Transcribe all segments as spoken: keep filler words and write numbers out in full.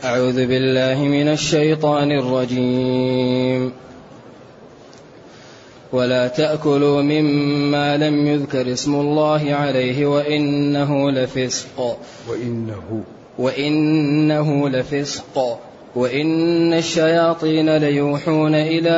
أعوذ بالله من الشيطان الرجيم. ولا تأكلوا مما لم يذكر اسم الله عليه وإنه لفسق وإنه وإنه لفسق وإن الشياطين ليوحون إلى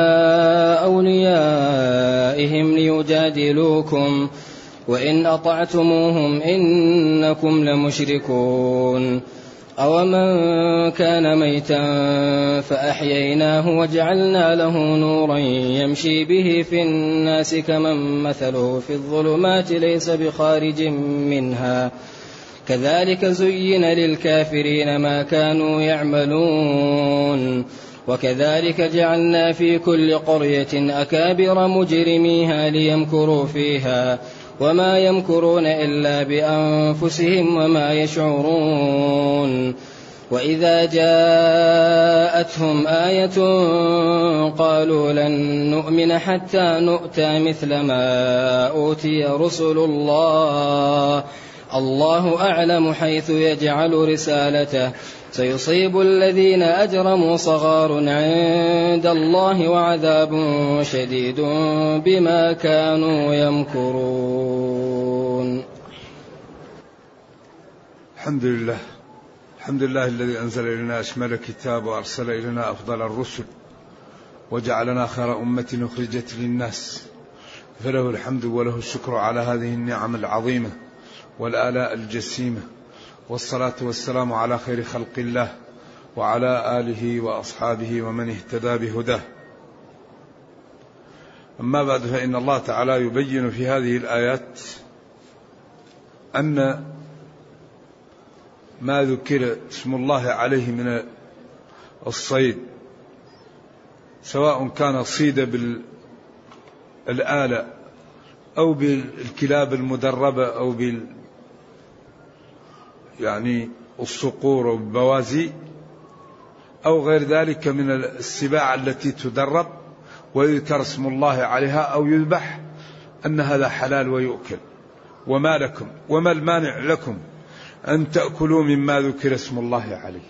أوليائهم ليجادلوكم وإن أطعتموهم إنكم لمشركون. أومن كان ميتا فأحييناه وجعلنا له نورا يمشي به في الناس كمن مثله في الظلمات ليس بخارج منها كذلك زين للكافرين ما كانوا يعملون وكذلك جعلنا في كل قرية أكابر مجرميها ليمكروا فيها وما يمكرون إلا بأنفسهم وما يشعرون. وإذا جاءتهم آية قالوا لن نؤمن حتى نؤتى مثل ما أوتي رسل الله الله أعلم حيث يجعل رسالته سيصيب الذين أجرموا صغار عند الله وعذاب شديد بما كانوا يمكرون. الحمد لله الحمد لله الذي أنزل إلينا أشمل كتاب وأرسل إلينا أفضل الرسل وجعلنا خير أمة أخرجت للناس، فله الحمد وله الشكر على هذه النعم العظيمة والآلاء الجسيمة، والصلاة والسلام على خير خلق الله وعلى آله وأصحابه ومن اهتدى بهداه. أما بعد، فإن الله تعالى يبين في هذه الآيات أن ما ذكر اسم الله عليه من الصيد، سواء كان صيد بالآلة أو بالكلاب المدربة أو بال يعني الصقور والبوازي أو غير ذلك من السباع التي تدرب ويذكر اسم الله عليها أو يذبح، أن هذا حلال ويؤكل. وما لكم وما المانع لكم أن تأكلوا مما ذكر اسم الله عليه؟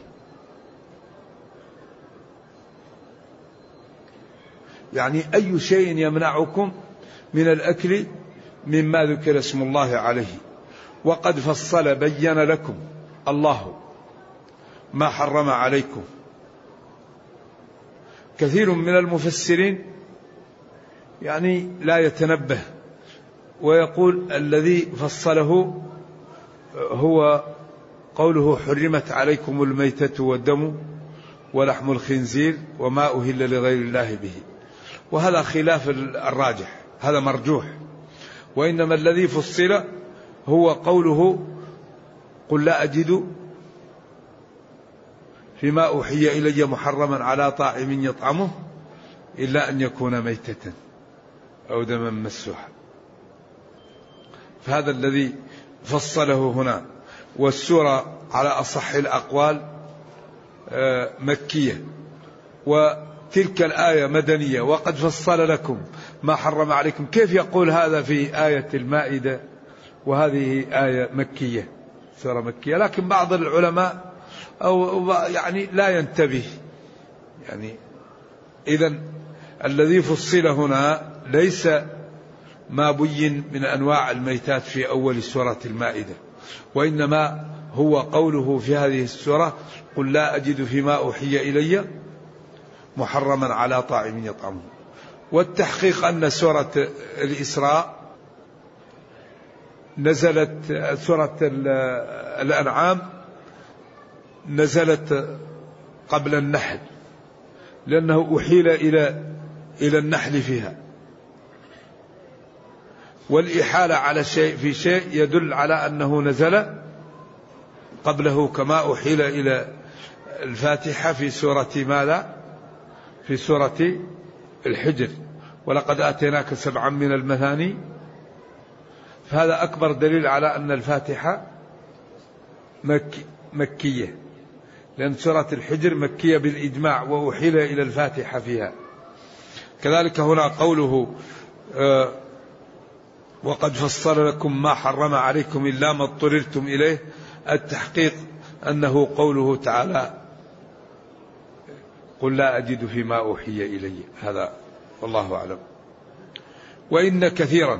يعني أي شيء يمنعكم من الأكل مما ذكر اسم الله عليه؟ وقد فصل بين لكم الله ما حرم عليكم. كثير من المفسرين يعني لا يتنبه ويقول الذي فصله هو قوله حرمت عليكم الميتة والدم ولحم الخنزير وما أهل لغير الله به، وهذا خلاف الراجح، هذا مرجوح. وإنما الذي فصل هو قوله قل لا أجد فيما أوحي إلي محرما على طاعم يطعمه إلا أن يكون ميتة أو دما مسوحا، فهذا الذي فصله هنا. والسورة على أصح الأقوال مكية، وتلك الآية مدنية. وقد فصل لكم ما حرم عليكم، كيف يقول هذا في آية المائدة وهذه آية مكية، سورة مكية؟ لكن بعض العلماء أو يعني لا ينتبه. يعني إذن الذي فصل هنا ليس ما بين من أنواع الميتات في أول سورة المائدة، وإنما هو قوله في هذه السورة قل لا أجد فيما أوحي إلي محرما على طاعم يطعمه. والتحقيق أن سورة الإسراء نزلت، سورة الأنعام نزلت قبل النحل، لأنه أحيل إلى إلى النحل فيها، والإحالة على شيء في شيء يدل على أنه نزل قبله، كما أحيل إلى الفاتحة في سورة ماذا؟ في سورة الحجر، ولقد آتيناك سبعا من المثاني. فهذا أكبر دليل على أن الفاتحة مكي مكية، لأن سورة الحجر مكية بالإجماع وأحيل إلى الفاتحة فيها. كذلك هنا قوله آه وقد فصل لكم ما حرم عليكم إلا ما اضطررتم إليه، التحقيق أنه قوله تعالى قل لا أجد فيما أوحي إلي. هذا والله أعلم. وإن كثيرا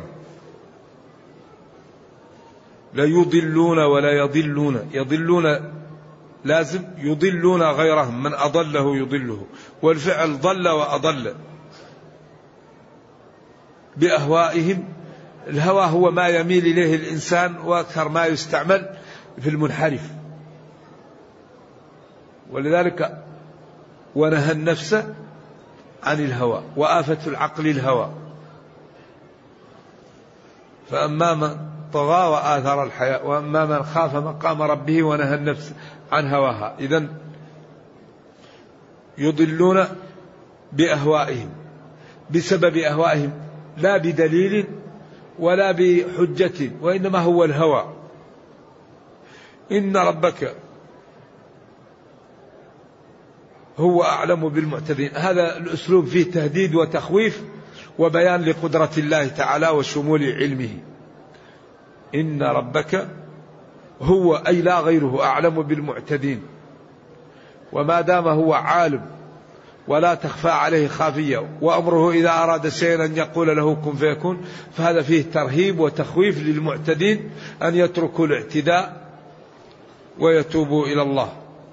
ليضلون ولا يضلون، يضلون لازم، يضلون غيرهم، من أضله يضله، والفعل ضل وأضل بأهوائهم. الهوى هو ما يميل إليه الإنسان، وأكثر ما يستعمل في المنحرف. ولذلك ونهى النفس عن الهوى، وآفة العقل الهوى. فأما من طغى وآثر الحياة، وأما من خاف مقام ربه ونهى النفس عن هواها. إذن يضلون بأهوائهم، بسبب أهوائهم، لا بدليل ولا بحجة، وإنما هو الهوى. إن ربك هو أعلم بالمعتدين. هذا الأسلوب فيه تهديد وتخويف وبيان لقدرة الله تعالى وشمول علمه. إن ربك هو أي لا غيره أعلم بالمعتدين. وما دام هو عالم ولا تخفى عليه خافية، وأمره إذا أراد شيئا أن يقول له كن فيكون، فهذا فيه ترهيب وتخويف للمعتدين أن يتركوا الاعتداء ويتوبوا إلى الله.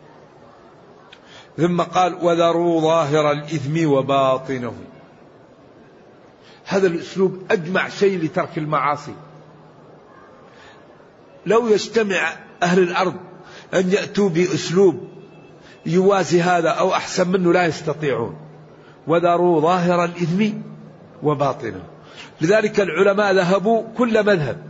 ثم قال وذروا ظاهر الإثم وباطنه. هذا الأسلوب أجمع شيء لترك المعاصي. لو يجتمع أهل الأرض أن يأتوا بأسلوب يوازي هذا أو أحسن منه لا يستطيعون. وذروا ظاهر الإثم وباطنه. لذلك العلماء ذهبوا كل مذهب،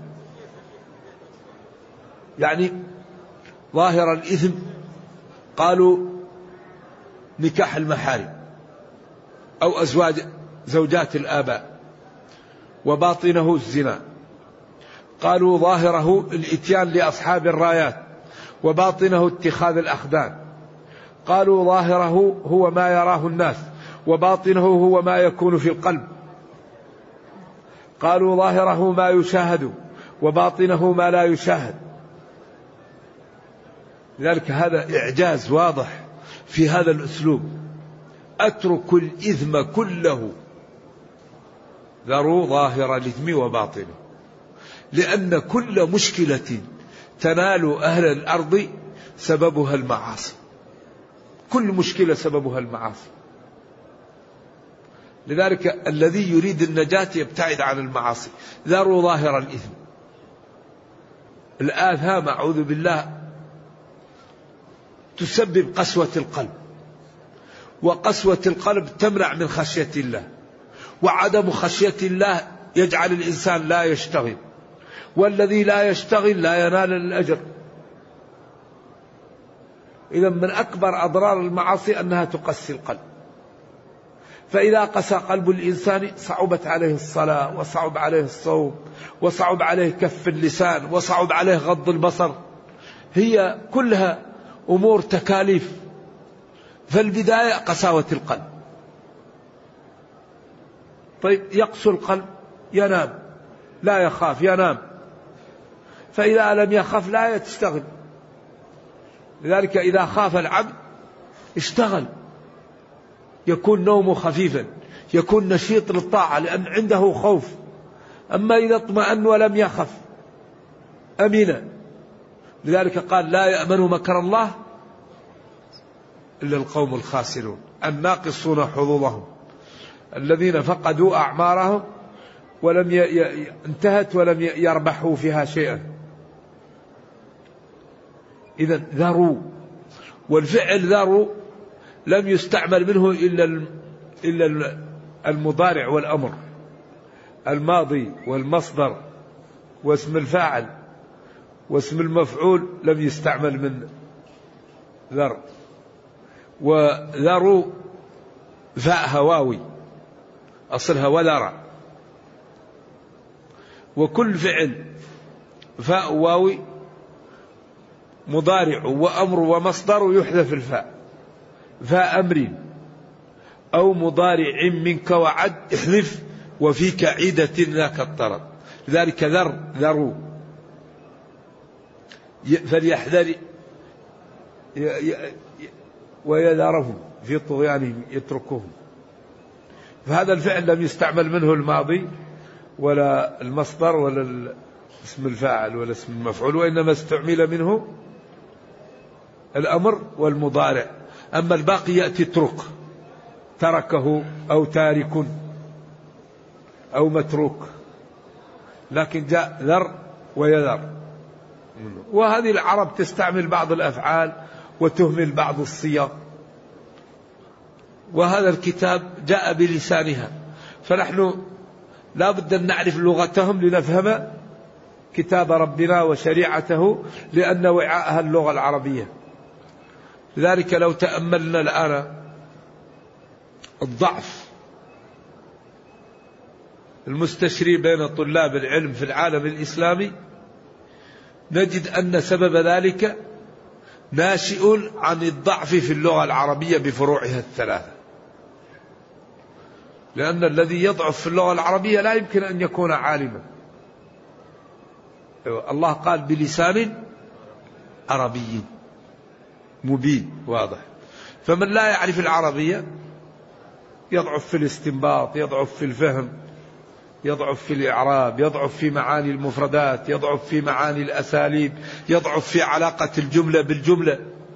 يعني ظاهر الإثم قالوا نكاح المحارم أو أزواج زوجات الآباء، وباطنه الزنا. قالوا ظاهره الإتيان لأصحاب الرايات، وباطنه اتخاذ الأخدان. قالوا ظاهره هو ما يراه الناس، وباطنه هو ما يكون في القلب. قالوا ظاهره ما يشاهد، وباطنه ما لا يشاهد. لذلك هذا إعجاز واضح في هذا الأسلوب. أترك الإثم كله، ذروا ظاهر الإثم وباطنه. لأن كل مشكلة تنال أهل الأرض سببها المعاصي، كل مشكلة سببها المعاصي. لذلك الذي يريد النجاة يبتعد عن المعاصي. ذروا ظاهر الإثم. الآثام أعوذ بالله تسبب قسوة القلب، وقسوة القلب تمنع من خشية الله، وعدم خشية الله يجعل الإنسان لا يشتغل، والذي لا يشتغل لا ينال الأجر. إذا من أكبر أضرار المعاصي أنها تقسي القلب. فإذا قسى قلب الإنسان صعبت عليه الصلاة، وصعب عليه الصوم، وصعب عليه كف اللسان، وصعب عليه غض البصر. هي كلها أمور تكاليف. فالبداية قساوة القلب. طيب يقسو القلب ينام، لا يخاف ينام. فإذا لم يخاف لا يستغل. لذلك إذا خاف العبد اشتغل، يكون نومه خفيفا، يكون نشيط للطاعة لأن عنده خوف. أما إذا اطمأن ولم يخف أمن. لذلك قال لا يأمن مكر الله إلا القوم الخاسرون الناقصون حظوظهم الذين فقدوا أعمارهم ولم ي... ي... انتهت ولم ي... يربحوا فيها شيئا. إذا ذروا، والفعل ذروا لم يستعمل منه إلا ال... إلا المضارع والأمر، الماضي والمصدر واسم الفاعل واسم المفعول لم يستعمل من ذر. وذروا فاء هواوي أصلها وذرع، وكل فعل فاء واوي مضارع وأمر ومصدر يحذف الفاء. فاء أمر أو مضارع منك وعد احذف وفيك عيدة ذاك الطرد. لذلك ذر ذروا فليحذر ويذرهم في طغيانهم يتركوهم. فهذا الفعل لم يستعمل منه الماضي ولا المصدر ولا اسم الفاعل ولا اسم المفعول، وإنما استعمل منه الأمر والمضارع. أما الباقي يأتي ترك، تركه أو تارك أو متروك، لكن جاء ذر ويذر. وهذه العرب تستعمل بعض الأفعال وتهمل بعض الصيغ، وهذا الكتاب جاء بلسانها، فنحن لا بد أن نعرف لغتهم لنفهم كتاب ربنا وشريعته، لأن وعاءها اللغة العربية. لذلك لو تأملنا الآن الضعف المستشري بين طلاب العلم في العالم الإسلامي، نجد أن سبب ذلك ناشئ عن الضعف في اللغة العربية بفروعها الثلاثة. لأن الذي يضعف في اللغة العربية لا يمكن أن يكون عالما. الله قال بلسان عربي مبين واضح. فمن لا يعرف العربية يضعف في الاستنباط، يضعف في الفهم، يضعف في الإعراب، يضعف في معاني المفردات، يضعف في معاني الأساليب، يضعف في علاقة الجملة بالجملة.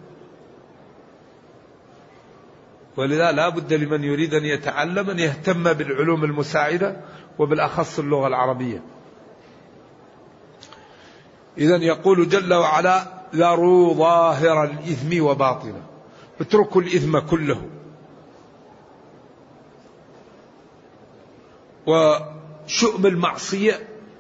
ولذا لا بد لمن يريد أن يتعلم أن يهتم بالعلوم المساعدة وبالأخص اللغة العربية. إذن يقول جل وعلا ذروا ظاهر الإثم وباطنه، اتركوا الإثم كله. وشؤم المعصية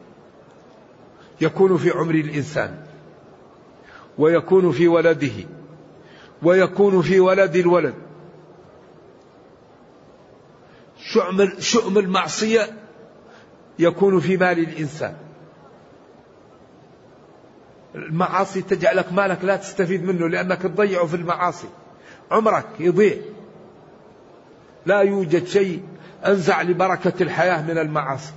يكون في عمر الإنسان، ويكون في ولده، ويكون في ولد الولد. شؤم المعصية يكون في مال الإنسان. المعاصي تجعلك مالك لا تستفيد منه، لأنك تضيعه في المعاصي، عمرك يضيع. لا يوجد شيء أنزع لبركة الحياة من المعاصي.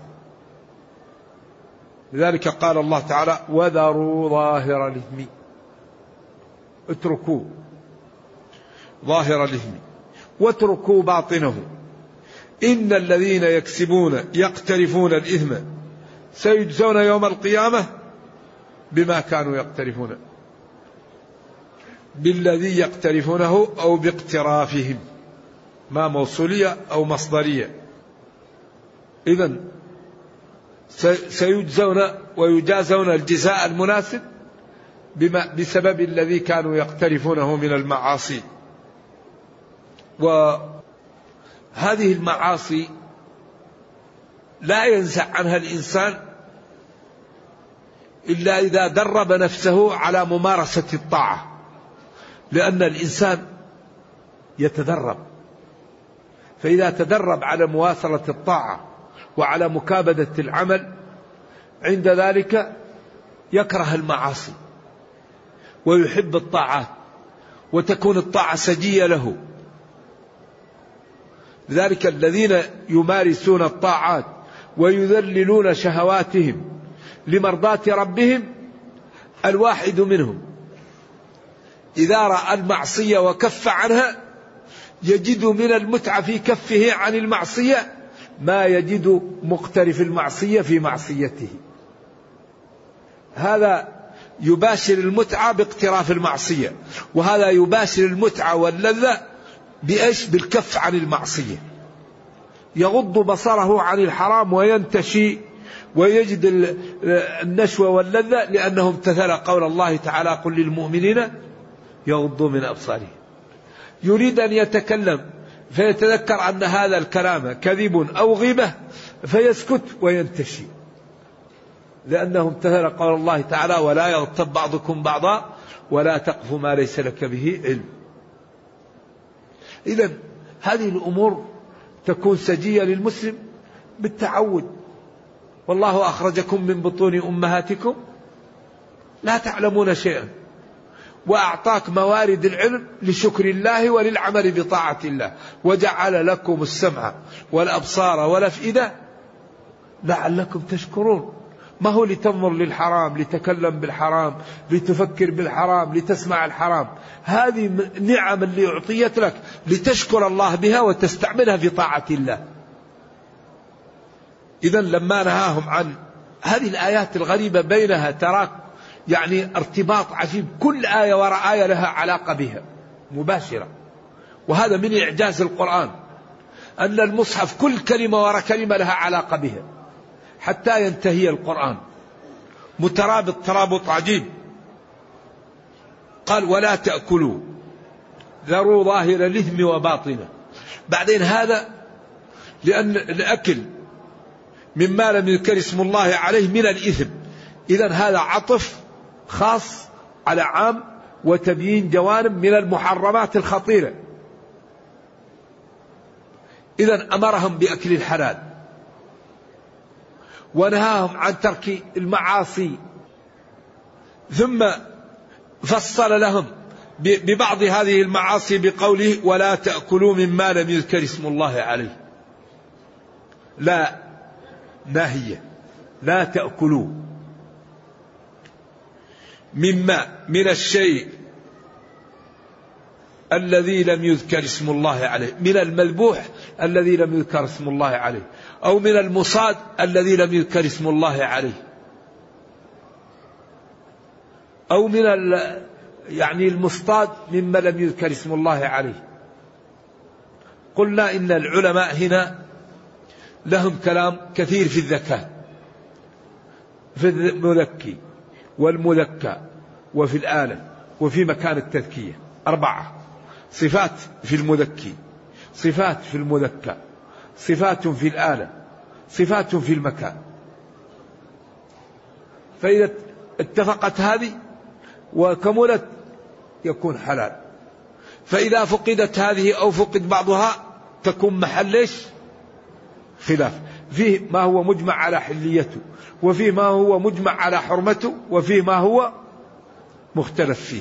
لذلك قال الله تعالى وذروا ظاهر الإثم، اتركوا ظاهر الإثم واتركوا باطنه، إن الذين يكسبون يقترفون الإثم سيجزون يوم القيامة بما كانوا يقترفون، بالذي يقترفونه أو باقترافهم، ما موصولية أو مصدرية. إذن سيجزون ويجازون الجزاء المناسب بما بسبب الذي كانوا يقترفونه من المعاصي. وهذه المعاصي لا ينزع عنها الإنسان إلا إذا درب نفسه على ممارسة الطاعة، لأن الإنسان يتدرب، فإذا تدرب على مواصلة الطاعة وعلى مكابدة العمل، عند ذلك يكره المعاصي ويحب الطاعات، وتكون الطاعة سجية له. لذلك الذين يمارسون الطاعات ويذللون شهواتهم لمرضاة ربهم، الواحد منهم إذا رأى المعصية وكف عنها يجد من المتعة في كفه عن المعصية ما يجد مقترف المعصية في معصيته. هذا يباشر المتعة باقتراف المعصية، وهذا يباشر المتعة واللذة بإيش؟ بالكف عن المعصية. يغض بصره عن الحرام وينتشي ويجد النشوة واللذة، لأنه امتثل قول الله تعالى قل للمؤمنين يغضوا من أبصارهم. يريد أن يتكلم فيتذكر أن هذا الكلام كذب أو غيبة فيسكت وينتشي، لأنه امتثل قول الله تعالى ولا يغتب بعضكم بعضا ولا تقف ما ليس لك به علم. إذن هذه الأمور تكون سجية للمسلم بالتعود. والله أخرجكم من بطون أمهاتكم لا تعلمون شيئا، وأعطاك موارد العلم لشكر الله وللعمل بطاعة الله، وجعل لكم السمع والأبصار والأفئدة لعلكم تشكرون. ما هو لتنظر للحرام، لتكلم بالحرام، لتفكر بالحرام، لتسمع الحرام. هذه نعم اللي أعطيت لك لتشكر الله بها وتستعملها في طاعة الله. إذن لما نهاهم عن هذه الآيات الغريبة بينها تراك يعني ارتباط عجيب، كل آية وراء آية لها علاقة بها مباشرة. وهذا من إعجاز القرآن أن المصحف كل كلمة وراء كلمة لها علاقة بها حتى ينتهي القرآن مترابط ترابط عجيب. قال ولا تأكلوا ذروا ظاهر الإثم وباطنه. بعدين هذا لأن الأكل مما لم يذكر اسم الله عليه من الإثم، إذن هذا عطف خاص على عام وتبيين جوانب من المحرمات الخطيرة. إذن أمرهم بأكل الحلال ونهاهم عن ترك المعاصي، ثم فصل لهم ببعض هذه المعاصي بقوله ولا تأكلوا مما لم يذكر اسم الله عليه. لا ناهية، لا تأكلوا مما من الشيء الذي لم يذكر اسم الله عليه، من المذبوح الذي لم يذكر اسم الله عليه، أو من المصاد الذي لم يذكر اسم الله عليه، أو من يعني المصطاد مما لم يذكر اسم الله عليه. قلنا إن العلماء هنا لهم كلام كثير في الذكاء، في المذكي والمذكى وفي الآلة وفي مكان التذكية. أربعة صفات في المذكي، صفات في المذكى، صفات في الآلة، صفات في المكان. فإذا اتفقت هذه وكملت يكون حلال، فإذا فقدت هذه أو فقد بعضها تكون محل خلاف، فيه ما هو مجمع على حليته، وفيه ما هو مجمع على حرمته، وفيه ما هو مختلف فيه.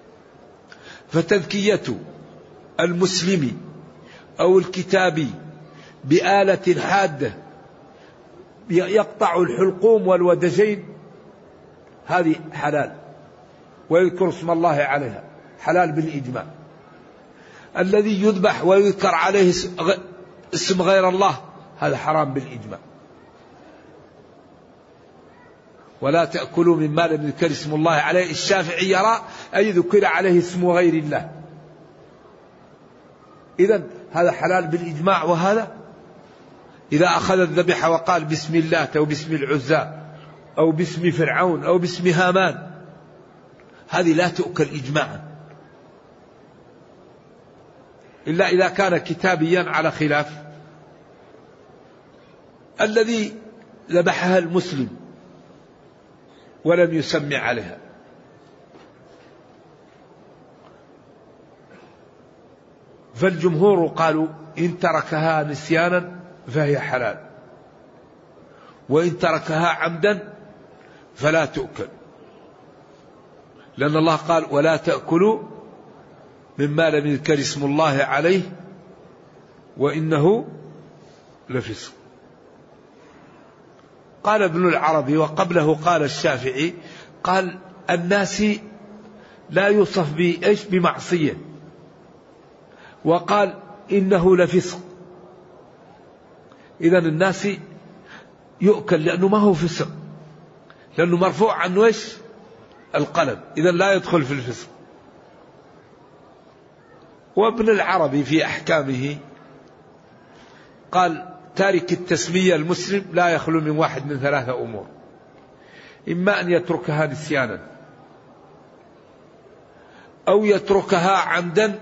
فتذكية المسلم أو الكتابي بآلة حادة يقطع الحلقوم والودجين هذه حلال، ويذكر اسم الله عليها حلال بالإجماع. الذي يذبح ويذكر عليه اسم غير الله هذا حرام بالإجماع. ولا تأكلوا مما لم يذكر اسم الله عليه. الشافعي يرى أي ذكر عليه اسم غير الله، إذن هذا حلال بالإجماع. وهذا إذا أخذ الذبح وقال بسم الله أو باسم العزى أو باسم فرعون أو باسم هامان، هذه لا تؤكل إجماعا إلا إذا كان كتابيا على خلاف. الذي ذبحها المسلم ولم يسمع عليها فالجمهور قالوا إن تركها نسيانا فهي حلال، وإن تركها عمدا فلا تؤكل، لأن الله قال ولا تأكلوا مما لم يذكر اسم الله عليه وإنه لفسق. قال ابن العربي وقبله قال الشافعي، قال الناس لا يوصف بإيش بمعصية، وقال إنه لفسق. إذن الناس يؤكل لأنه ما هو فسق، لأنه مرفوع عنه إيش القلم، إذن لا يدخل في الفسق. وابن العربي في أحكامه قال تارك التسمية المسلم لا يخلو من واحد من ثلاثة أمور: إما أن يتركها نسيانا، أو يتركها عمدا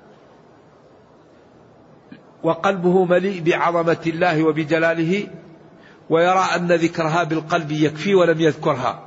وقلبه مليء بعظمة الله وبجلاله ويرى أن ذكرها بالقلب يكفي ولم يذكرها،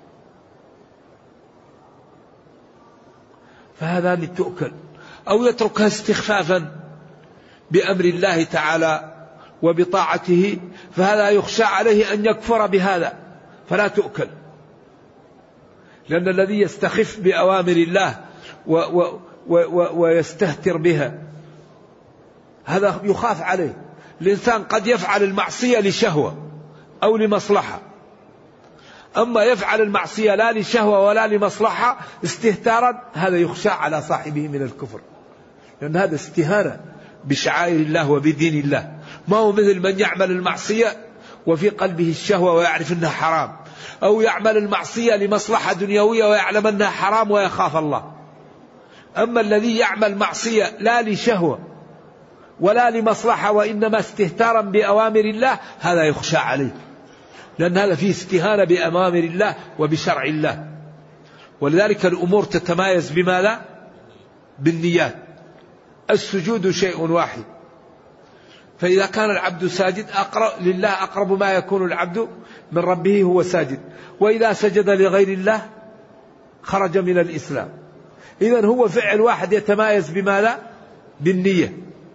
فهذان تؤكل. أو يتركها استخفافا بأمر الله تعالى وبطاعته، فهذا يخشى عليه أن يكفر بهذا فلا تؤكل، لأن الذي يستخف بأوامر الله و و و ويستهتر بها هذا يخاف عليه. الإنسان قد يفعل المعصية لشهوة أو لمصلحة، أما يفعل المعصية لا لشهوة ولا لمصلحة استهتارا، هذا يخشى على صاحبه من الكفر، لأن هذا استهانة بشعائر الله وبدين الله. ما هو مثل من يعمل المعصية وفي قلبه الشهوة ويعرف أنها حرام، أو يعمل المعصية لمصلحة دنيوية ويعلم أنها حرام ويخاف الله. أما الذي يعمل معصية لا لشهوة ولا لمصلحة وإنما استهتارا بأوامر الله، هذا يخشى عليه، لأن هذا فيه استهانة بأوامر الله وبشرع الله. ولذلك الأمور تتمايز بماذا؟ بالنيات. السجود شيء واحد، فإذا كان العبد ساجد أقرب لله، أقرب ما يكون العبد من ربه هو ساجد، وإذا سجد لغير الله خرج من الإسلام. إذن هو فعل واحد يتمايز بماذا؟ بالنية.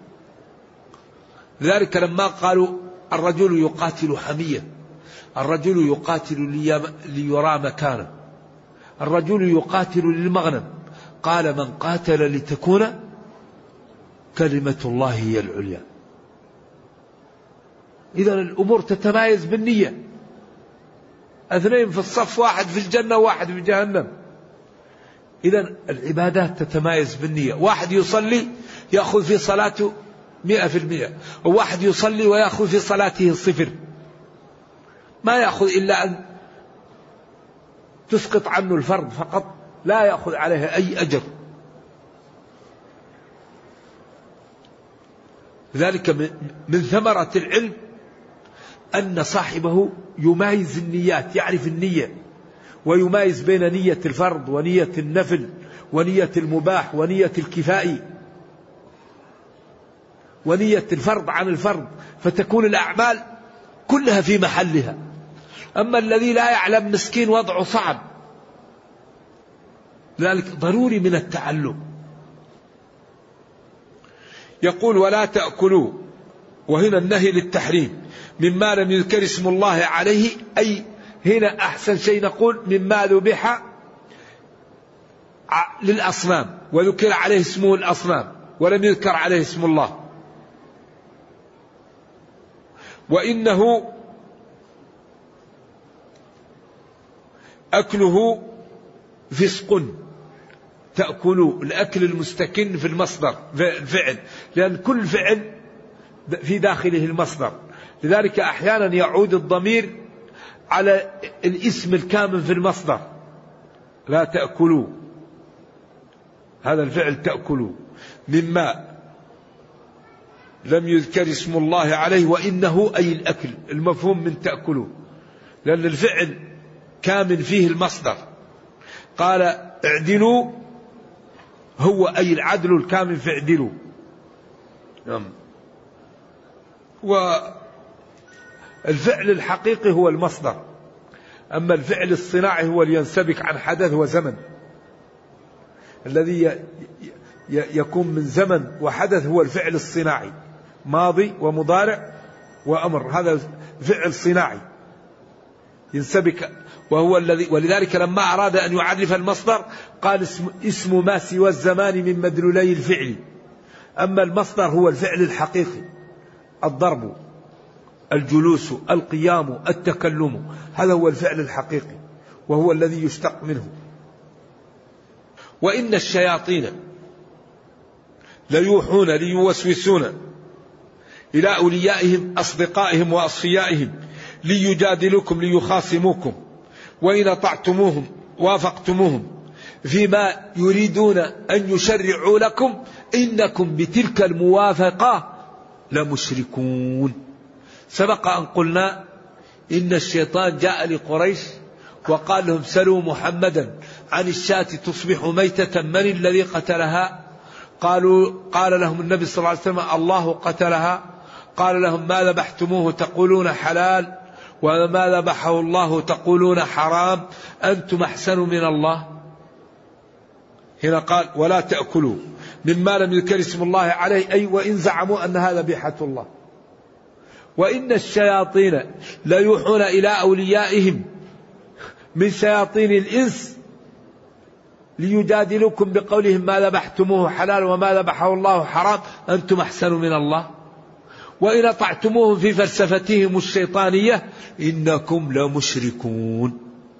لذلك لما قالوا الرجل يقاتل حمية، الرجل يقاتل ليرى مكانه، الرجل يقاتل للمغنم، قال من قاتل لتكون كلمة الله هي العليا. إذن الأمور تتمايز بالنية. اثنين في الصف، واحد في الجنة وواحد في جهنم. إذن العبادات تتمايز بالنية. واحد يصلي يأخذ في صلاته مئة في المئة، وواحد يصلي ويأخذ في صلاته صفر، ما يأخذ إلا أن تسقط عنه الفرض فقط، لا يأخذ عليها أي أجر. لذلك من ثمرة العلم أن صاحبه يمايز النيات، يعرف النية، ويمايز بين نية الفرض ونية النفل ونية المباح ونية الكفائي ونية الفرض عن الفرض، فتكون الأعمال كلها في محلها. أما الذي لا يعلم مسكين وضعه صعب. لذلك ضروري من التعلم. يقول ولا تأكلوا، وهنا النهي للتحريم، مما لم يذكر اسم الله عليه، أي هنا أحسن شيء نقول مما ذبح للأصنام وذكر عليه اسمه الأصنام ولم يذكر عليه اسم الله. وإنه أكله فسق، تأكلوا، الأكل المستكن في المصدر في الفعل، لأن كل فعل في داخله المصدر. لذلك أحيانا يعود الضمير على الاسم الكامن في المصدر. لا تأكلوا، هذا الفعل تأكلوا، مما لم يذكر اسم الله عليه، وإنه أي الأكل، المفهوم من تأكلوا، لأن الفعل كامن فيه المصدر. قال اعدلوا، هو أي العدل الكامن في اعدلوا. والفعل الحقيقي هو المصدر، أما الفعل الصناعي هو اللي ينسبك عن حدث وزمن. الذي يكون من زمن وحدث هو الفعل الصناعي، ماضي ومضارع وأمر، هذا فعل صناعي ينسبك، وهو الذي. ولذلك لما أراد أن يعرف المصدر قال اسم, اسم ما سوى الزمان من مدلولي الفعل. أما المصدر هو الفعل الحقيقي، الضرب، الجلوس، القيام، التكلم، هذا هو الفعل الحقيقي وهو الذي يشتق منه. وإن الشياطين ليوحون ليوسوسون إلى أوليائهم أصدقائهم وأصفيائهم ليجادلوكم ليخاصموكم، وإن أطعتموهم وافقتموهم فيما يريدون أن يشرعوا لكم إنكم بتلك الموافقة لمشركون. سبق أن قلنا إن الشيطان جاء لقريش وقال لهم سلوا محمدا عن الشاة تصبح ميتة من الذي قتلها؟ قالوا قال لهم النبي صلى الله عليه وسلم الله قتلها. قال لهم ما ذبحتموه تقولون حلال وما ذبحه الله تقولون حرام، أنتم أحسن من الله. هنا قال ولا تأكلوا مما لم يذكر اسم الله عليه، أي وإن زعموا أن هذا ذبيحة الله. وإن الشياطين ليوحون إلى أوليائهم من شياطين الإنس ليجادلوكم بقولهم ما ذبحتموه حلال وما ذبحه الله حرام، أنتم أحسن من الله. وإن أطعتموهم في فلسفتهم الشيطانية إنكم لمشركون.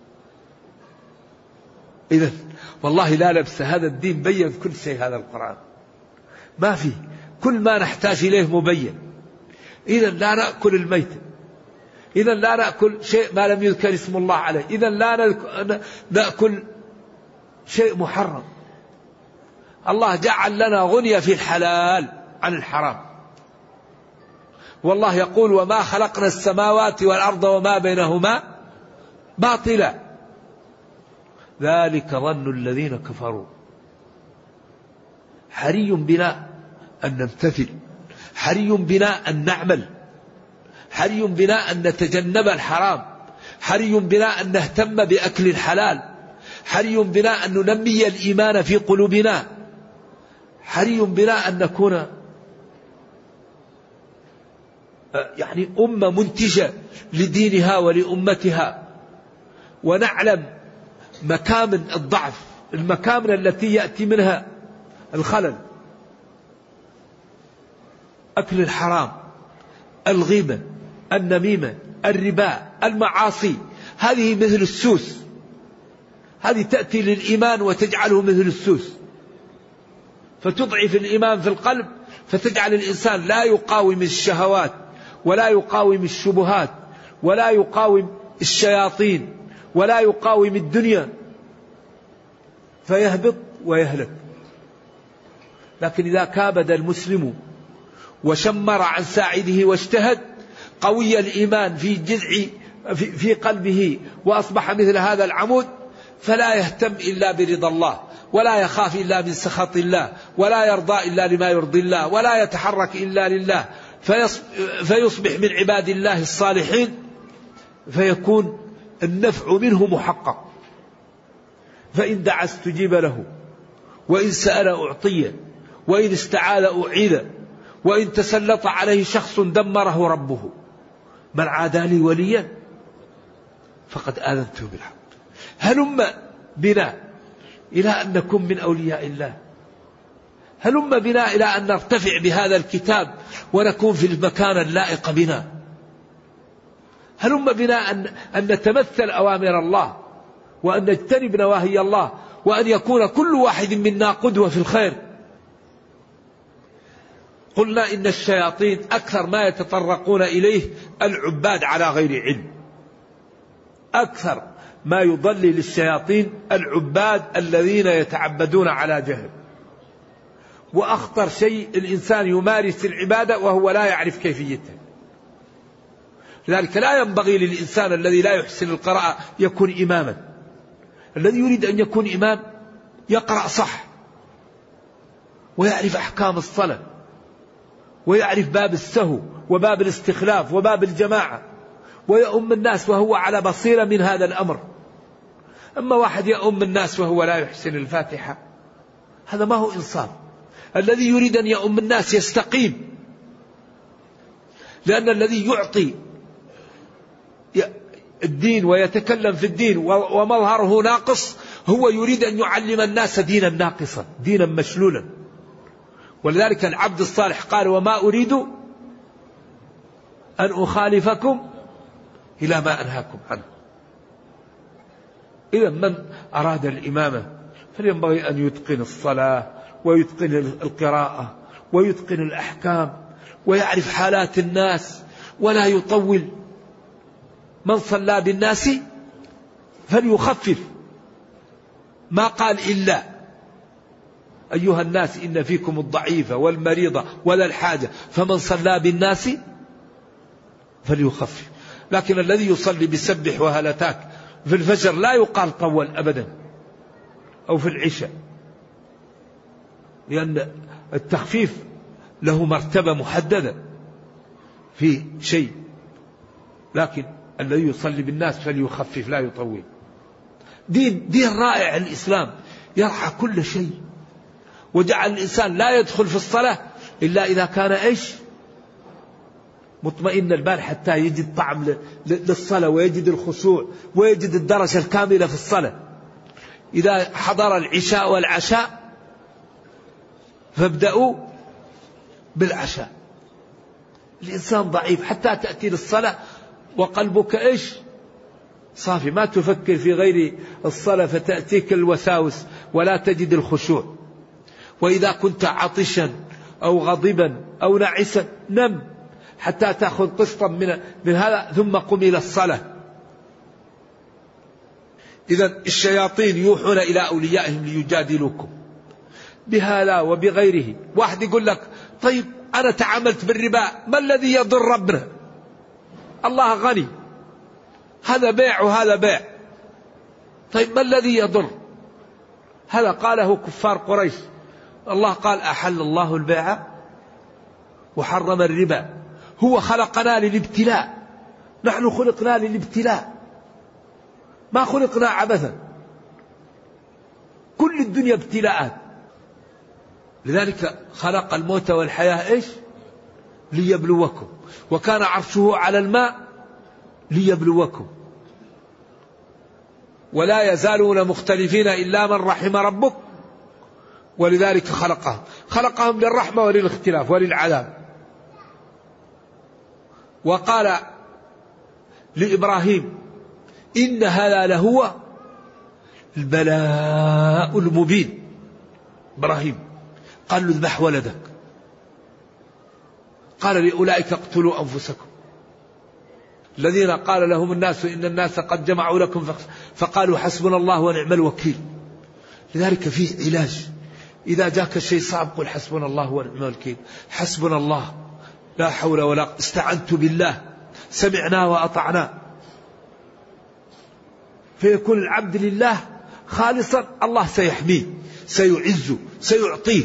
إذن والله لا لبس، هذا الدين بين كل شيء، هذا القرآن ما فيه، كل ما نحتاج إليه مبين. إذن لا نأكل الميت، إذن لا نأكل شيء ما لم يذكر اسم الله عليه، إذن لا نأكل شيء محرم. الله جعل لنا غنية في الحلال عن الحرام. والله يقول وما خلقنا السماوات والأرض وما بينهما باطلا ذلك ظن الذين كفروا. حري بنا أن نمتثل، حري بنا أن نعمل، حري بنا أن نتجنب الحرام، حري بنا أن نهتم بأكل الحلال، حري بنا أن ننمي الإيمان في قلوبنا، حري بنا أن نكون يعني أمة منتجة لدينها ولأمتها، ونعلم مكامن الضعف، المكامن التي يأتي منها الخلل. أكل الحرام، الغيبة، النميمة، الربا، المعاصي، هذه مثل السوس، هذه تأتي للإيمان وتجعله مثل السوس، فتضعف الإيمان في القلب، فتجعل الإنسان لا يقاوم الشهوات ولا يقاوم الشبهات ولا يقاوم الشياطين ولا يقاوم الدنيا، فيهبط ويهلك. لكن إذا كابد المسلم وشمر عن ساعده واجتهد، قوي الإيمان في جذع في, في قلبه وأصبح مثل هذا العمود، فلا يهتم إلا برضا الله، ولا يخاف إلا من سخط الله، ولا يرضى إلا لما يرضي الله، ولا يتحرك إلا لله، فيصبح من عباد الله الصالحين، فيكون النفع منه محقق. فإن دعا استجيب له، وإن سأل أعطيه، وإن استعاذ أعيذ، وإن تسلط عليه شخص دمره ربه. من عادى لي وليا فقد آذنته بالحق. هلم بنا إلى أن نكون من أولياء الله، هلم بنا إلى أن نرتفع بهذا الكتاب ونكون في المكان اللائق بنا، هلم بنا أن, أن نتمثل أوامر الله، وأن نجتنب نواهي الله، وأن يكون كل واحد منا قدوة في الخير. قلنا إن الشياطين أكثر ما يتطرقون إليه العباد على غير علم، أكثر ما يضلل الشياطين العباد الذين يتعبدون على جهل. وأخطر شيء الإنسان يمارس العبادة وهو لا يعرف كيفيتها. لذلك لا ينبغي للإنسان الذي لا يحسن القراءة يكون إماما. الذي يريد أن يكون إمام يقرأ صح، ويعرف أحكام الصلاة، ويعرف باب السهو وباب الاستخلاف وباب الجماعة، ويؤم الناس وهو على بصيرة من هذا الأمر. أما واحد يؤم الناس وهو لا يحسن الفاتحة، هذا ما هو إنصاف. الذي يريد أن يؤم الناس يستقيم، لأن الذي يعطي الدين ويتكلم في الدين ومظهره ناقص هو يريد أن يعلم الناس دينا ناقصا، دينا مشلولا. ولذلك العبد الصالح قال وما أريد أن أخالفكم إلى ما أنهاكم عنه. إذا من أراد الإمامة فلينبغي أن يتقن الصلاة ويتقن القراءة ويتقن الأحكام ويعرف حالات الناس ولا يطول. من صلى بالناس فليخفف، ما قال إلا أيها الناس إن فيكم الضعيفة والمريضة ولا الحاجة، فمن صلى بالناس فليخفف. لكن الذي يصلي بسبح وهلتاك في الفجر لا يقال طول أبدا، أو في العشاء، لأن التخفيف له مرتبة محددة في شيء. لكن الذي يصلي بالناس فليخفف لا يطول. دين دين رائع الإسلام، يرعى كل شيء، وجعل الإنسان لا يدخل في الصلاة إلا إذا كان إيش مطمئن البال، حتى يجد طعم للصلاة ويجد الخشوع ويجد الدرجة الكاملة في الصلاة. إذا حضر العشاء والعشاء فابدأوا بالعشاء. الإنسان ضعيف حتى تأتي للصلاة وقلبك إيش صافي، ما تفكر في غير الصلاة فتأتيك الوساوس ولا تجد الخشوع. وإذا كنت عطشا أو غضبا أو نعسا نم حتى تأخذ قسطا من, من هذا ثم قم إلى الصلاة. إذن الشياطين يوحون إلى أوليائهم ليجادلوكم بهذا وبغيره. واحد يقول لك طيب أنا تعاملت بالربا، ما الذي يضر ربنا؟ الله غني، هذا بيع وهذا بيع، طيب ما الذي يضر؟ هذا قاله كفار قريش. الله قال أحل الله البيع وحرم الربا. هو خلقنا للابتلاء، نحن خلقنا للابتلاء، ما خلقنا عبثا، كل الدنيا ابتلاءات. لذلك خلق الموت والحياة إيش؟ ليبلوكم، وكان عرشه على الماء ليبلوكم، ولا يزالون مختلفين إلا من رحم ربك، ولذلك خلقهم خلقهم للرحمة وللاختلاف وللعذاب. وقال لإبراهيم إن هذا لهو البلاء المبين. إبراهيم قال له اذبح ولدك، قال لأولئك اقتلوا أنفسكم الذين قال لهم الناس إن الناس قد جمعوا لكم فقالوا حسبنا الله ونعم الوكيل. لذلك فيه علاج، إذا جاك الشيء صعب قل حسبنا الله ونعم الوكيل، حسبنا الله لا حول ولا، استعنت بالله، سمعنا وأطعنا، فيكون العبد لله خالصا، الله سيحميه سيعزه سيعطيه.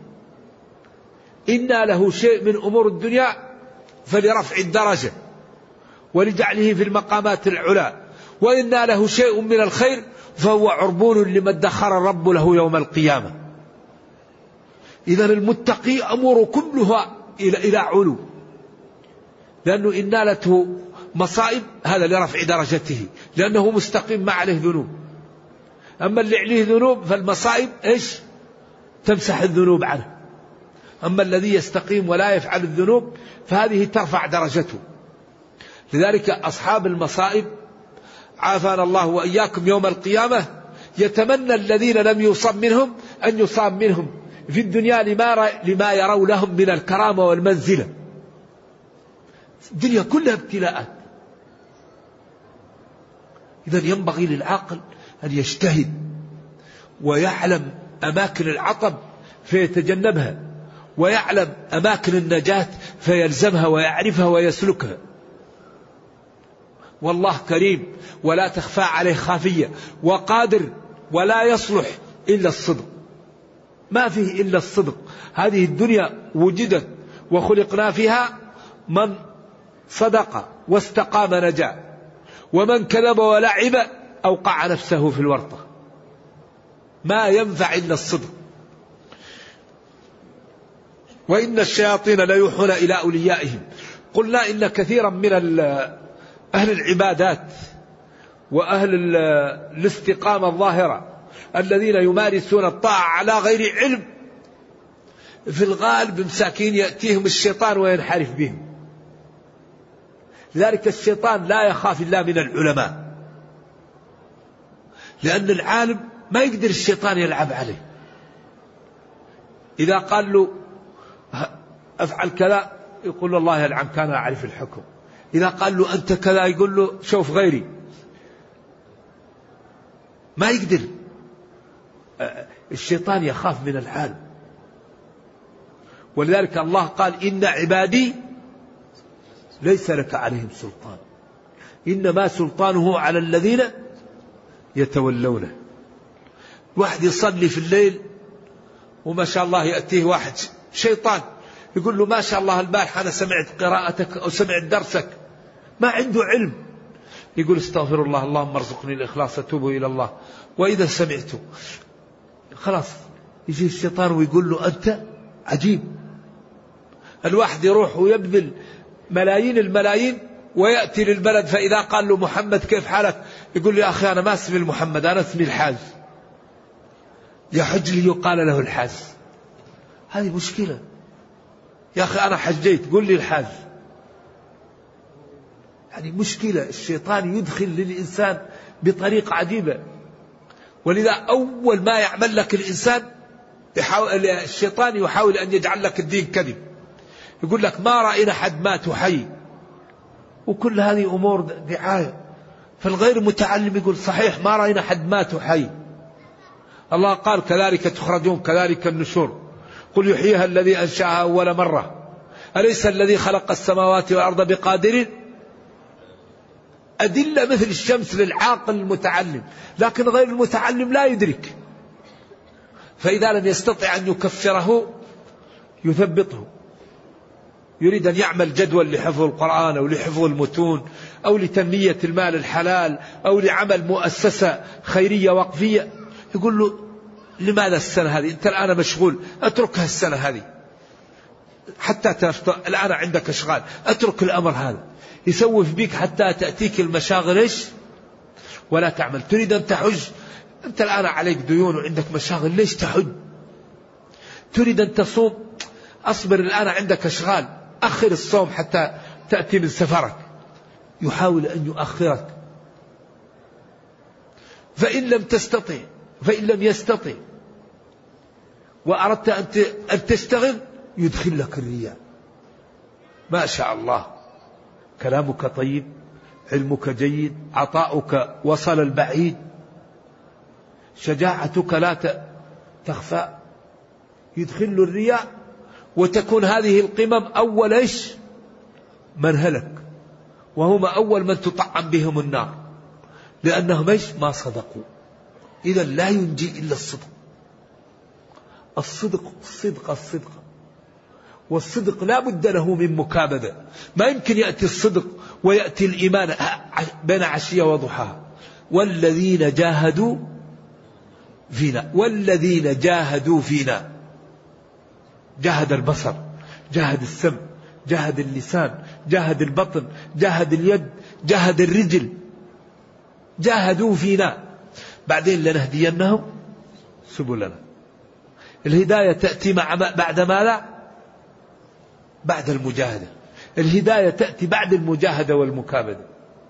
إنا له شيء من أمور الدنيا فلرفع الدرجة ولجعله في المقامات العلى، وإنا له شيء من الخير فهو عربون لما ادخر الرب له يوم القيامة. إذن المتقي أمور كلها إلى إلى علو، لأنه إن نالته مصائب هذا لرفع درجته، لأنه مستقيم ما عليه ذنوب. أما اللي عليه ذنوب فالمصائب إيش؟ تمسح الذنوب عنه. أما الذي يستقيم ولا يفعل الذنوب فهذه ترفع درجته. لذلك أصحاب المصائب عافانا الله وإياكم يوم القيامة يتمنى الذين لم يصب منهم أن يصاب منهم في الدنيا لما, لما يروا لهم من الكرامة والمنزلة. الدنيا كلها ابتلاءات. إذن ينبغي للعاقل أن يجتهد ويعلم أماكن العطب فيتجنبها، ويعلم أماكن النجاة فيلزمها ويعرفها ويسلكها. والله كريم ولا تخفى عليه خافية، وقادر ولا يصلح إلا الصدق، ما فيه إلا الصدق. هذه الدنيا وجدت وخلقنا فيها، من صدق واستقام نجا، ومن كذب ولعب أوقع نفسه في الورطة. ما ينفع إلا الصدق. وإن الشياطين ليوحون إلى أوليائهم. قلنا إن كثيرا من أهل العبادات وأهل الاستقامة الظاهرة الذين يمارسون الطاعة على غير علم في الغالب مساكين يأتيهم الشيطان وينحرف بهم. لذلك الشيطان لا يخاف إلا من العلماء، لأن العالم ما يقدر الشيطان يلعب عليه. إذا قال له أفعل كذا يقول له الله يلعنك أنا أعرف الحكم. إذا قال له أنت كذا يقول له شوف غيري. ما يقدر. الشيطان يخاف من العالم. ولذلك الله قال إن عبادي ليس لك عليهم سلطان، إنما سلطانه على الذين يتولونه. واحد يصلي في الليل وما شاء الله يأتيه واحد شيطان يقول له ما شاء الله البارح أنا سمعت قراءتك أو سمعت درسك، ما عنده علم، يقول استغفر الله اللهم ارزقني الإخلاص أتوب إلى الله. وإذا سمعته خلاص يجي الشيطان ويقول له أنت عجيب. الواحد يروح ويبذل ملايين الملايين ويأتي للبلد، فإذا قال له محمد كيف حالك يقول له يا أخي أنا ما اسمي المحمد أنا اسمي الحاج. يحج لي يقال له الحاج. هذه مشكلة. يا أخي أنا حجيت قل لي الحاج. يعني مشكلة. الشيطان يدخل للإنسان بطريقة عجيبة، ولذا أول ما يعمل لك الإنسان يحاول الشيطان يحاول أن يجعل لك الدين كذب. يقول لك ما رأينا حد مات وحي، وكل هذه أمور دعاية. فالغير متعلم يقول صحيح ما رأينا حد مات وحي. الله قال كذلك تخرجون كذلك النشور، قل يحييها الذي أنشأها أول مرة، أليس الذي خلق السماوات والأرض بقادر. أدلة مثل الشمس للعاقل المتعلم، لكن غير المتعلم لا يدرك. فإذا لم يستطع أن يكفره يثبطه. يريد أن يعمل جدول لحفظ القرآن أو لحفظ المتون أو لتنمية المال الحلال أو لعمل مؤسسة خيرية وقفية، يقول له لماذا السنة هذه؟ أنت الآن مشغول، أتركها السنة هذه حتى تفطر، الآن عندك أشغال، أترك الأمر هذا. يسوف بك حتى تأتيك المشاغل إيش ولا تعمل. تريد أن تحج، أنت الآن عليك ديون وعندك مشاغل، ليش تحج؟ تريد أن تصوم، أصبر الآن عندك أشغال، أخر الصوم حتى تأتي من سفرك. يحاول أن يؤخرك. فإن لم تستطع، فإن لم يستطع وأردت أن تشتغل يدخل لك الرياء. ما شاء الله، كلامك طيب، علمك جيد، عطاؤك وصل البعيد، شجاعتك لا تخفى، يدخل الرياء، وتكون هذه القمم أول إيش من هلك، وهم أول من تطعم بهم النار، لأنهم إيش ما صدقوا. إذا لا ينجي إلا الصدق. الصدق الصدق الصدق والصدق لا بد له من مكابدة. ما يمكن يأتي الصدق ويأتي الإيمان بين عشية وضحاها. والذين جاهدوا فينا، والذين جاهدوا فينا، جاهد البصر، جاهد السمع، جاهد اللسان، جاهد البطن، جاهد اليد، جاهد الرجل، جاهدوا فينا. بعدين لنهدينهم سبلنا. الهداية تأتي مع بعد ماذا؟ بعد المجاهدة. الهداية تأتي بعد المجاهدة والمكابدة.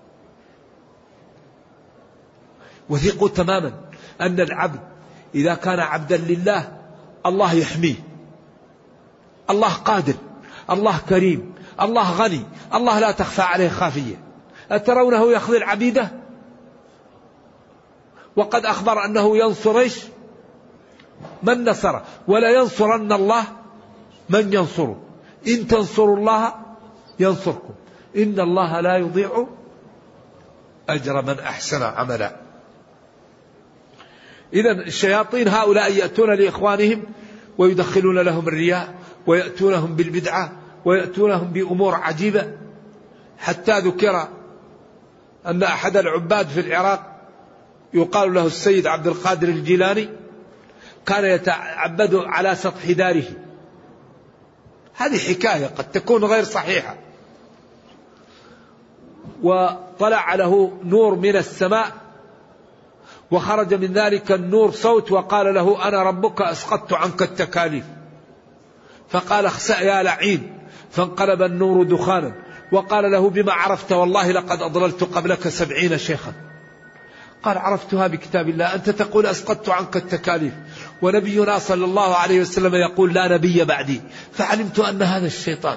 وثقوا تماما أن العبد إذا كان عبدا لله الله يحميه. الله قادر، الله كريم، الله غني، الله لا تخفى عليه خافية. أترونه يخذل عبيده؟ وقد أخبر أنه ينصر إيش من نصره، ولا ينصرن الله من ينصره. إن تنصروا الله ينصركم، إن الله لا يضيع أجر من أحسن عملا. إذن الشياطين هؤلاء يأتون لإخوانهم ويدخلون لهم الرياء، ويأتونهم بالبدعة، ويأتونهم بأمور عجيبة. حتى ذكر أن أحد العباد في العراق يقال له السيد عبد القادر الجيلاني كان يتعبد على سطح داره. هذه حكاية قد تكون غير صحيحة. وطلع له نور من السماء، وخرج من ذلك النور صوت وقال له أنا ربك أسقطت عنك التكاليف. فقال اخسأ يا لعين، فانقلب النور دخانا. وقال له بما عرفت؟ والله لقد أضللت قبلك سبعين شيخا. قال عرفتها بكتاب الله، أنت تقول أسقطت عنك التكاليف، ونبينا صلى الله عليه وسلم يقول لا نبي بعدي. فعلمت أن هذا الشيطان.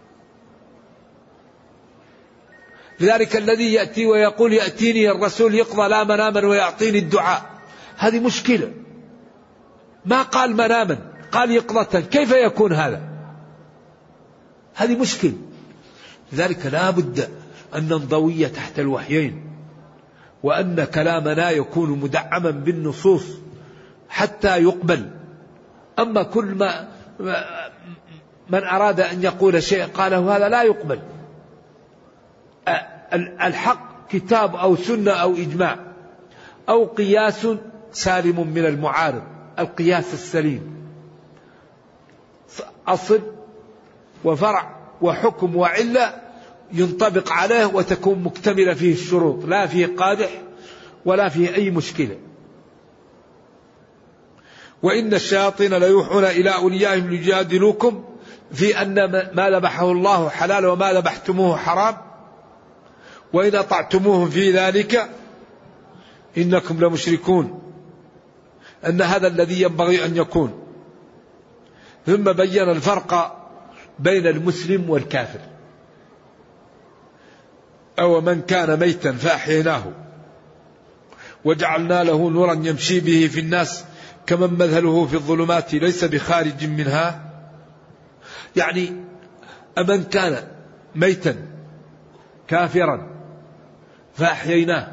لذلك الذي يأتي ويقول يأتيني الرسول يقضى لا مناما ويعطيني الدعاء، هذه مشكلة. ما قال مناما، قال يقظة، كيف يكون هذا؟ هذه مشكلة. لذلك لا بد أن ننضوي تحت الوحيين، وأن كلامنا يكون مدعما بالنصوص حتى يقبل. أما كل ما من أراد أن يقول شيء قاله هذا لا يقبل. الحق كتاب أو سنة أو إجماع أو قياس سالم من المعارض، القياس السليم، أصل وفرع وحكم وعلة ينطبق عليه وتكون مكتملة فيه الشروط، لا فيه قادح ولا فيه أي مشكلة. وإن الشياطين ليوحون إلى أوليائهم ليجادلوكم في أن ما ذبحه الله حلال وما ذبحتموه حرام، وإن أطعتموهم في ذلك إنكم لمشركون، أن هذا الذي ينبغي أن يكون. ثم بين الفرق بين المسلم والكافر. أو من كان ميتا فأحييناه وجعلنا له نورا يمشي به في الناس كمن مثله في الظلمات ليس بخارج منها. يعني أمن كان ميتا كافرا فأحييناه،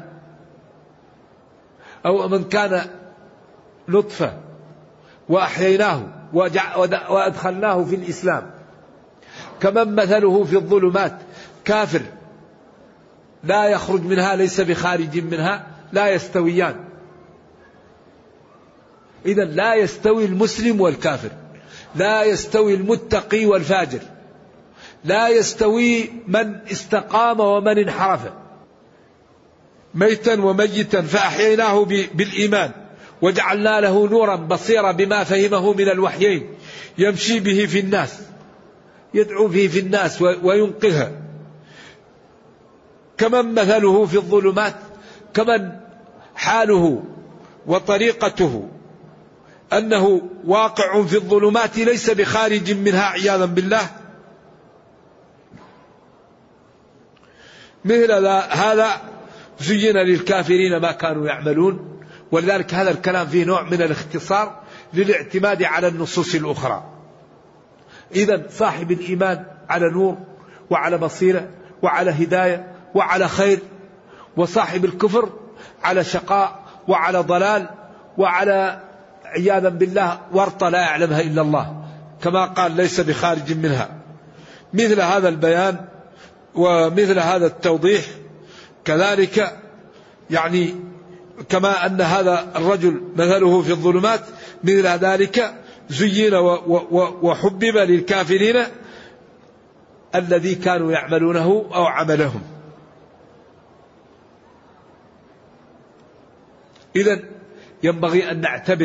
أو من كان نطفة وأحييناه وأدخلناه في الإسلام كمن مثله في الظلمات، كافر لا يخرج منها ليس بخارج منها، لا يستويان. إذن لا يستوي المسلم والكافر، لا يستوي المتقي والفاجر، لا يستوي من استقام ومن انحرف. ميتا وميتا فأحييناه بالإيمان وجعلنا له نورا بصيرا بما فهمه من الوحيين يمشي به في الناس، يدعو به في الناس وينقذها. كمن مثله في الظلمات، كمن حاله وطريقته أنه واقع في الظلمات ليس بخارج منها عياذا بالله. مثل هذا زين للكافرين ما كانوا يعملون. ولذلك هذا الكلام فيه نوع من الاختصار للاعتماد على النصوص الأخرى. إذن صاحب الإيمان على نور وعلى بصيرة وعلى هداية وعلى خير، وصاحب الكفر على شقاء وعلى ضلال وعلى عياذا بالله ورطة لا يعلمها إلا الله، كما قال ليس بخارج منها. مثل هذا البيان ومثل هذا التوضيح كذلك، يعني كما أن هذا الرجل مثله في الظلمات، مثل ذلك زين وحبب للكافرين الذي كانوا يعملونه أو عملهم. إذن ينبغي أن نعتبر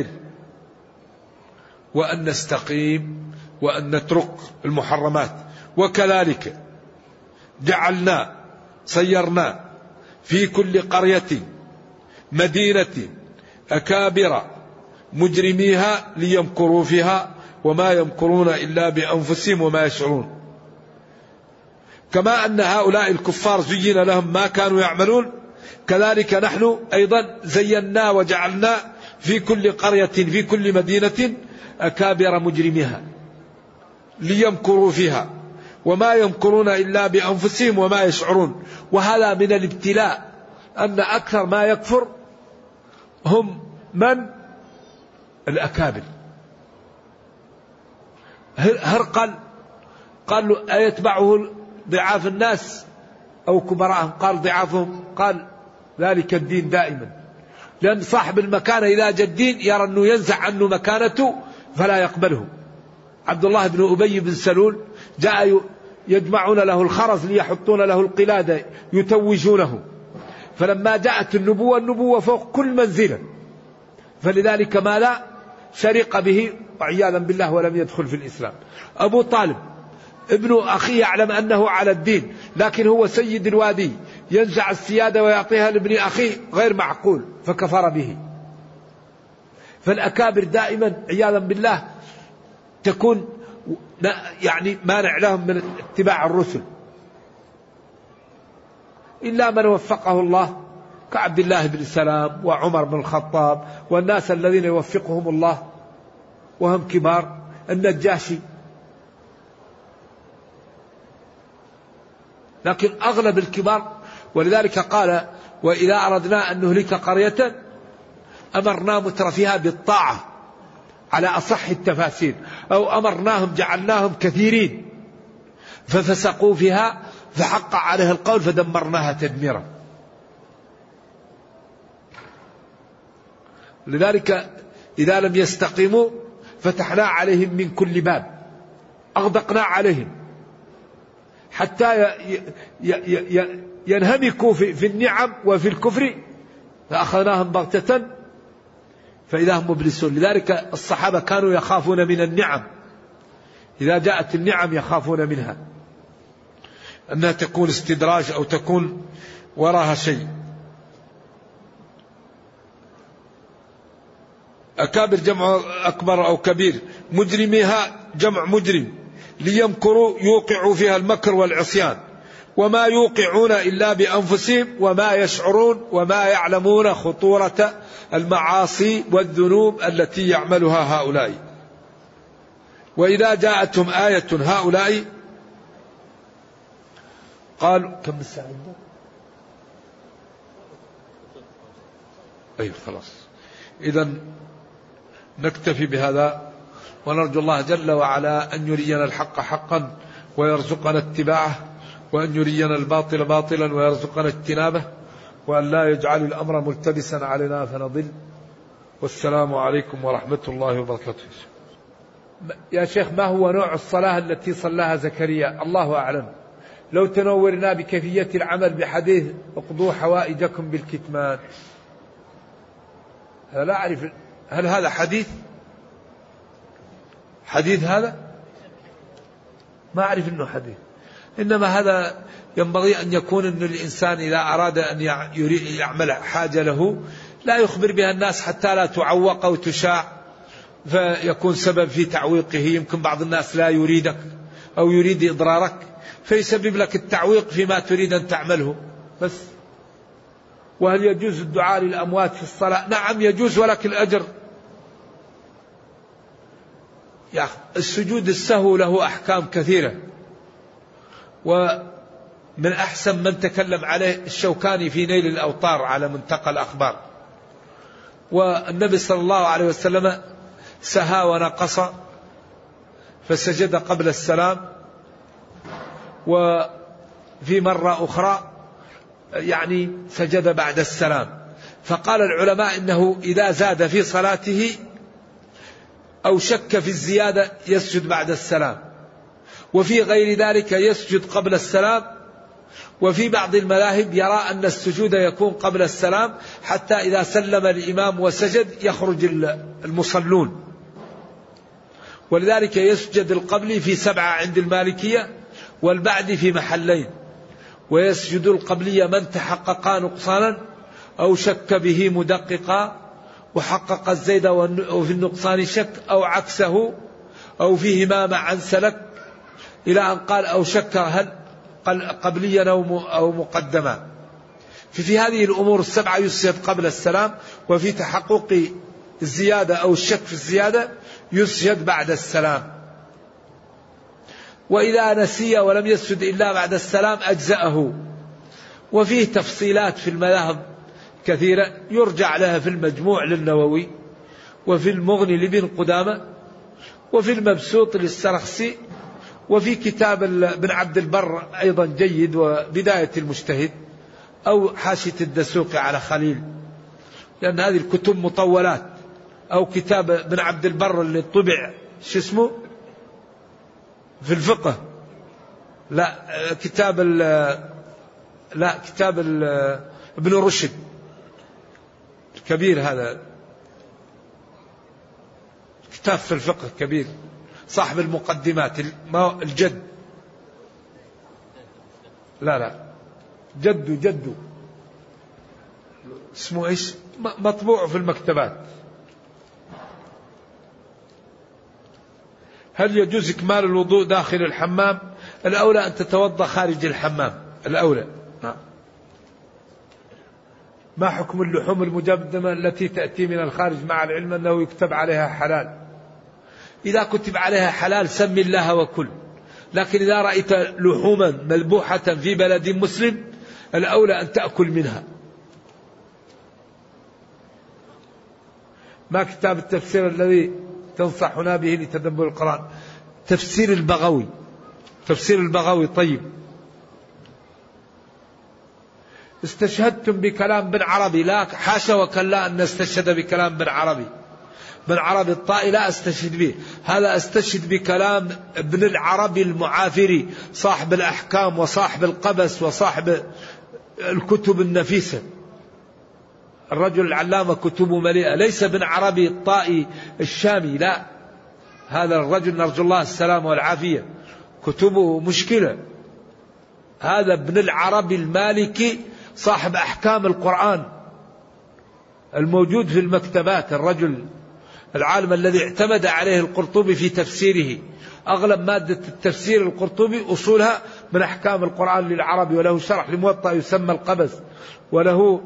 وأن نستقيم وأن نترك المحرمات. وكذلك جعلنا صيرنا في كل قرية مدينة أكابر مجرميها ليمكروا فيها وما يمكرون إلا بأنفسهم وما يشعرون. كما أن هؤلاء الكفار زين لهم ما كانوا يعملون، كذلك نحن أيضا زينا وجعلنا في كل قرية في كل مدينة أكابر مجرميها ليمكروا فيها وما يمكرون إلا بأنفسهم وما يشعرون. وهذا من الابتلاء، أن أكثر ما يكفر هم من الأكابر. هرقل قال له أيتبعه ضعاف الناس أو كبراءهم؟ قال ضعافهم. قال ذلك الدين دائما، لأن صاحب المكانة إذا جاء الدين يرى أنه ينزع عنه مكانته فلا يقبله. عبد الله بن أبي بن سلول جاء يجمعون له الخرز ليحطون له القلادة يتوجونه، فلما جاءت النبوة، النبوة فوق كل منزلة، فلذلك ما لا شرق به وعياذا بالله ولم يدخل في الإسلام. أبو طالب ابن أخيه يعلم أنه على الدين، لكن هو سيد الوادي ينزع السيادة ويعطيها لابن أخيه غير معقول فكفر به. فالأكابر دائما عياذا بالله تكون يعني مانع لهم من اتباع الرسل، إلا من وفقه الله كعبد الله بن سلام وعمر بن الخطاب والناس الذين يوفقهم الله وهم كبار، النجاشي. لكن أغلب الكبار، ولذلك قال وإذا أردنا أن نهلك قرية أمرنا مترفيها بالطاعة على أصح التفاسير، أو أمرناهم جعلناهم كثيرين ففسقوا فيها فحق عليه القول فدمرناها تدميرا. لذلك إذا لم يستقيموا فتحنا عليهم من كل باب، أغدقنا عليهم حتى ينهمكوا في النعم وفي الكفر فأخذناهم بغتة فإذا هم مبلسون. لذلك الصحابة كانوا يخافون من النعم، إذا جاءت النعم يخافون منها. أنها تكون استدراج أو تكون وراها شيء. أكابر جمع أكبر أو كبير، مجرميها جمع مجرم، ليمكروا يوقعوا فيها المكر والعصيان، وما يوقعون إلا بأنفسهم وما يشعرون وما يعلمون خطورة المعاصي والذنوب التي يعملها هؤلاء. وإذا جاءتهم آية هؤلاء قالوا كم الساعة؟ أيوة خلاص. إذن نكتفي بهذا، ونرجو الله جل وعلا أن يرينا الحق حقا ويرزقنا اتباعه، وأن يرينا الباطل باطلا ويرزقنا اجتنابه، وأن لا يجعل الأمر ملتبسا علينا فنضل. والسلام عليكم ورحمة الله وبركاته. يا شيخ، ما هو نوع الصلاة التي صلاها زكريا؟ الله أعلم. لو تنورنا بكيفية العمل بحديث اقضوا حوائجكم بالكتمان. هذا لا أعرف، هل هذا حديث حديث هذا؟ ما أعرف أنه حديث، إنما هذا ينبغي أن يكون أن الإنسان إذا أراد أن يعمل حاجة له لا يخبر بها الناس حتى لا تعوق أو تشاع فيكون سبب في تعويقه. يمكن بعض الناس لا يريدك أو يريد إضرارك فيسبب لك التعويق فيما تريد أن تعمله بس. وهل يجوز الدعاء للأموات في الصلاة؟ نعم يجوز، ولكن الأجر. يا السجود السهو له أحكام كثيرة، ومن أحسن من تكلم عليه الشوكاني في نيل الأوطار على منتقى الأخبار. والنبي صلى الله عليه وسلم سها ونقص فسجد قبل السلام، وفي مرة أخرى يعني سجد بعد السلام. فقال العلماء إنه إذا زاد في صلاته أو شك في الزيادة يسجد بعد السلام، وفي غير ذلك يسجد قبل السلام. وفي بعض المذاهب يرى أن السجود يكون قبل السلام حتى إذا سلم الإمام وسجد يخرج المصلون، ولذلك يسجد القبلي في سبعة عند المالكية والبعد في محلين. ويسجد القبلي من تحقق نقصانا أو شك به مدققا وحقق الزيد وفي النقصان شك، أو عكسه أو فيهما معا سلك، إلى أن قال أو شك هل قبليا أو مقدما. ففي هذه الأمور السبعة يسجد قبل السلام، وفي تحقق الزيادة أو الشك في الزيادة يسجد بعد السلام. وإذا نسي ولم يسجد إلا بعد السلام أجزأه. وفيه تفصيلات في المذاهب كثيرة يرجع لها في المجموع للنووي، وفي المغني لابن قدامة، وفي المبسوط للسرخسي، وفي كتاب ابن عبد البر أيضا جيد، وبداية المجتهد، أو حاشية الدسوقي على خليل، لأن هذه الكتب مطولات، أو كتاب ابن عبد البر اللي طبع شو اسمه في الفقه، لا كتاب ال لا كتاب ال ابن رشد كبير، هذا كتاب في الفقه كبير صاحب المقدمات الجد، لا لا جدو جدو اسمه ايش، مطبوع في المكتبات. هل يجوز إكمال الوضوء داخل الحمام؟ الأولى أن تتوضأ خارج الحمام، الأولى. ما حكم اللحوم المجمدة التي تأتي من الخارج مع العلم أنه يكتب عليها حلال؟ إذا كتب عليها حلال سم الله وكل، لكن إذا رأيت لحوما مذبوحة في بلد مسلم الأولى أن تأكل منها. ما كتاب التفسير الذي تنصحنا به لتدبر القرآن؟ تفسير البغوي، تفسير البغوي طيب. استشهدتم بكلام بن عربي؟ لا حاشا وكلا أن نستشهد بكلام بن عربي. بن عربي الطائي لا أستشهد به، هذا أستشهد بكلام ابن العربي المعافري صاحب الأحكام وصاحب القبس وصاحب الكتب النفيسة، الرجل العلامة كتبه مليئة، ليس بن عربي الطائي الشامي، لا، هذا الرجل نرجو الله السلام والعافية كتبه مشكلة. هذا ابن العربي المالكي صاحب أحكام القرآن الموجود في المكتبات، الرجل العالم الذي اعتمد عليه القرطبي في تفسيره. أغلب مادة التفسير القرطبي أصولها من أحكام القرآن للعربي، وله شرح لموطأ يسمى القبس، وله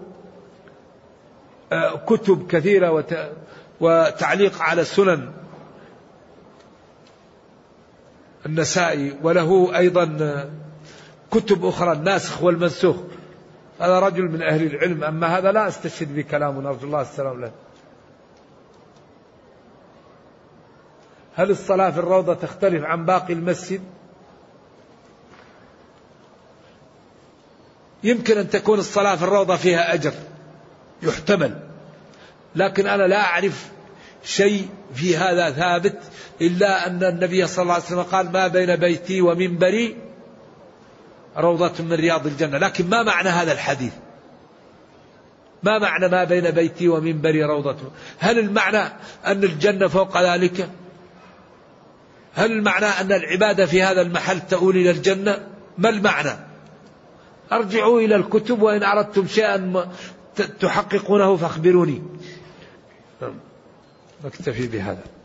كتب كثيرة وتعليق على سنن النسائي، وله أيضا كتب أخرى الناسخ والمنسوخ. هذا رجل من أهل العلم، أما هذا لا أستشهد بكلامه، نرجو الله السلام له. هل الصلاة في الروضة تختلف عن باقي المسجد؟ يمكن أن تكون الصلاة في الروضة فيها أجر يحتمل، لكن أنا لا أعرف شيء في هذا ثابت، إلا أن النبي صلى الله عليه وسلم قال ما بين بيتي ومنبري روضة من رياض الجنة. لكن ما معنى هذا الحديث؟ ما معنى ما بين بيتي ومنبري روضة؟ هل المعنى أن الجنة فوق ذلك؟ هل المعنى أن العبادة في هذا المحل تؤول إلى الجنة؟ ما المعنى؟ أرجعوا إلى الكتب، وإن أردتم شيئا تحققونه فاخبروني. نكتفي بهذا.